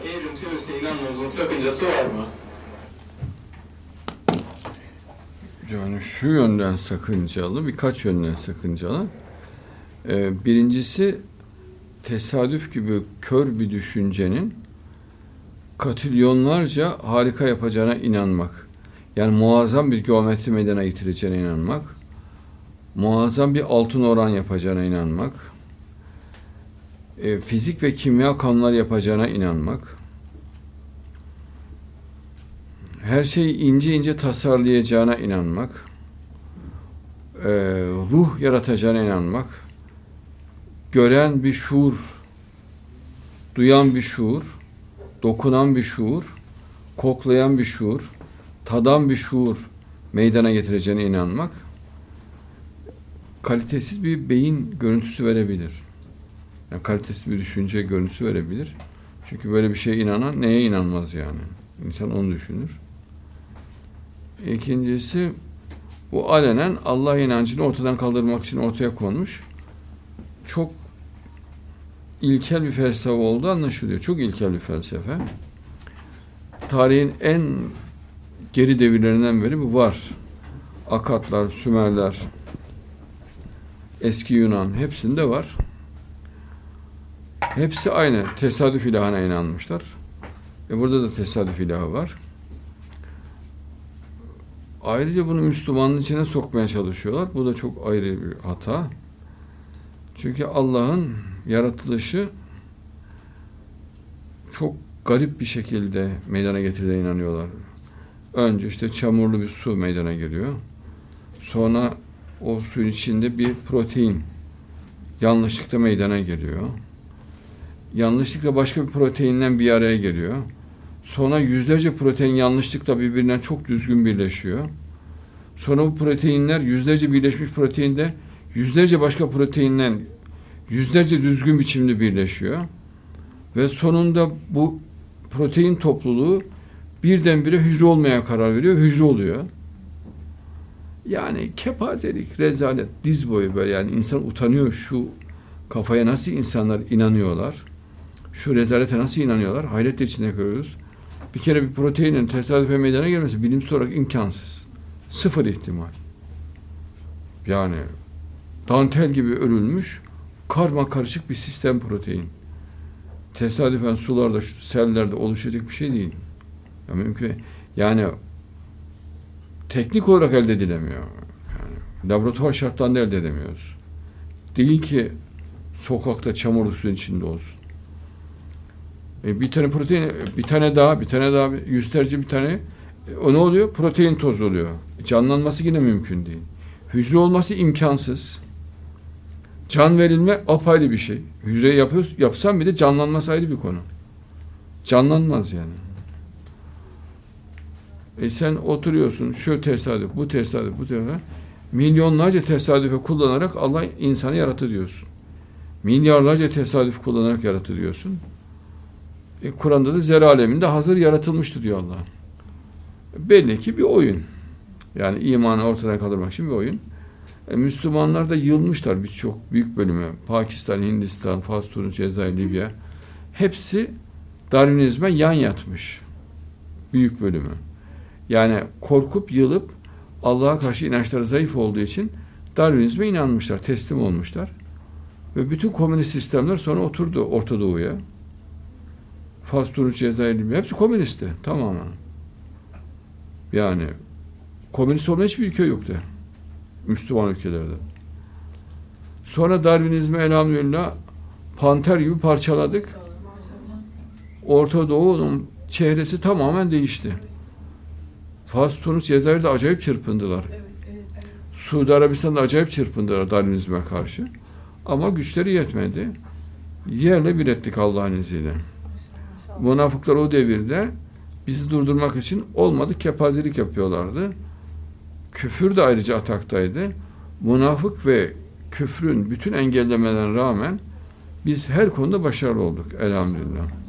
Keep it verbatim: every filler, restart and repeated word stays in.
Evrim teorisine inanmamızın sakıncası var mı? Yani şu yönden sakıncalı, birkaç yönden sakıncalı. Ee, birincisi, tesadüf gibi kör bir düşüncenin katrilyonlarca harika yapacağına inanmak. Yani muazzam bir geometri meydana getireceğine inanmak. Muazzam bir altın oran yapacağına inanmak. E, fizik ve kimya kanunları yapacağına inanmak. Her şeyi ince ince tasarlayacağına inanmak. E, ruh yaratacağına inanmak. Gören bir şuur, duyan bir şuur, dokunan bir şuur, koklayan bir şuur, tadan bir şuur meydana getireceğine inanmak kalitesiz bir beyin görüntüsü verebilir. Yani kalitesiz bir düşünce görüntüsü verebilir. Çünkü böyle bir şeye inanan neye inanmaz yani? İnsan onu düşünür. İkincisi, bu alenen Allah inancını ortadan kaldırmak için ortaya konmuş çok ilkel bir felsefe olduğu anlaşılıyor. Çok ilkel bir felsefe. Tarihin en geri devirlerinden beri bu var. Akatlar, Sümerler, eski Yunan hepsinde var. Hepsi aynı. Tesadüf ilahına inanmışlar. E burada da tesadüf ilahı var. Ayrıca bunu Müslümanlığın içine sokmaya çalışıyorlar. Bu da çok ayrı bir hata. Çünkü Allah'ın yaratılışı çok garip bir şekilde meydana getirdiğine inanıyorlar. Önce işte çamurlu bir su meydana geliyor. Sonra o suyun içinde bir protein yanlışlıkla meydana geliyor. Yanlışlıkla başka bir proteinden bir araya geliyor. Sonra yüzlerce protein yanlışlıkla birbirinden çok düzgün birleşiyor. Sonra bu proteinler yüzlerce birleşmiş proteinde yüzlerce başka proteinden yüzlerce düzgün biçimde birleşiyor. Ve sonunda bu protein topluluğu birdenbire hücre olmaya karar veriyor. Hücre oluyor. Yani kepazelik, rezalet, diz boyu böyle yani insan utanıyor şu kafaya nasıl insanlar inanıyorlar. Şu rezalete nasıl inanıyorlar? Hayret içinde görüyoruz. Bir kere bir proteinin tesadüfen meydana gelmesi bilimsel olarak imkansız. Sıfır ihtimal. Yani dantel gibi örülmüş karma karışık bir sistem protein. Tesadüfen sularda, sellerde oluşacak bir şey değil. Yani mümkün. Yani teknik olarak elde edilemiyor. Yani laboratuvar şartlarında elde edemiyoruz. Değil ki sokakta çamurlu suyun içinde olsun. E bir tane protein, bir tane daha, bir tane daha, yüzlerce bir tane e, o ne oluyor? Protein toz oluyor. Canlanması yine mümkün değil. Hücre olması imkansız. Can verilme apayrı bir şey. Hücreyi yapıyoruz, yapsam bile canlanması ayrı bir konu. Canlanmaz yani. E sen oturuyorsun, şu tesadüf, bu tesadüf, bu tesadüf. Milyonlarca tesadüfe kullanarak Allah insanı yarattı diyorsun. Milyarlarca tesadüf kullanarak yarattı diyorsun. E, Kur'an'da da zer aleminde hazır yaratılmıştı diyor Allah. Belli ki bir oyun. Yani imanı ortadan kaldırmak için bir oyun. E, Müslümanlar da yılmışlar birçok büyük bölümü. Pakistan, Hindistan, Fas, Tunus, Cezayir, Libya. Hepsi Darwinizme yan yatmış. Büyük bölümü. Yani korkup yılıp Allah'a karşı inançları zayıf olduğu için Darwinizme inanmışlar, teslim olmuşlar. Ve bütün komünist sistemler sonra oturdu Orta Doğu'ya. Fas, Tunus, Cezayir, Libya hepsi komünistti tamamen. Yani komünist olmayan hiçbir ülke yoktu. Müslüman ülkelerde. Sonra Darwinizmi elhamdülillah panter gibi parçaladık. Orta Doğu'nun çehresi tamamen değişti. Fas, Tunus, Cezayir'de acayip çırpındılar. Suudi Arabistan'da acayip çırpındılar Darwinizme karşı. Ama güçleri yetmedi. Yerle bir ettik Allah'ın izniyle. Münafıklar o devirde bizi durdurmak için olmadık kepazelik yapıyorlardı. Küfür de ayrıca ataktaydı. Münafık ve küfrün bütün engellemelerine rağmen biz her konuda başarılı olduk elhamdülillah.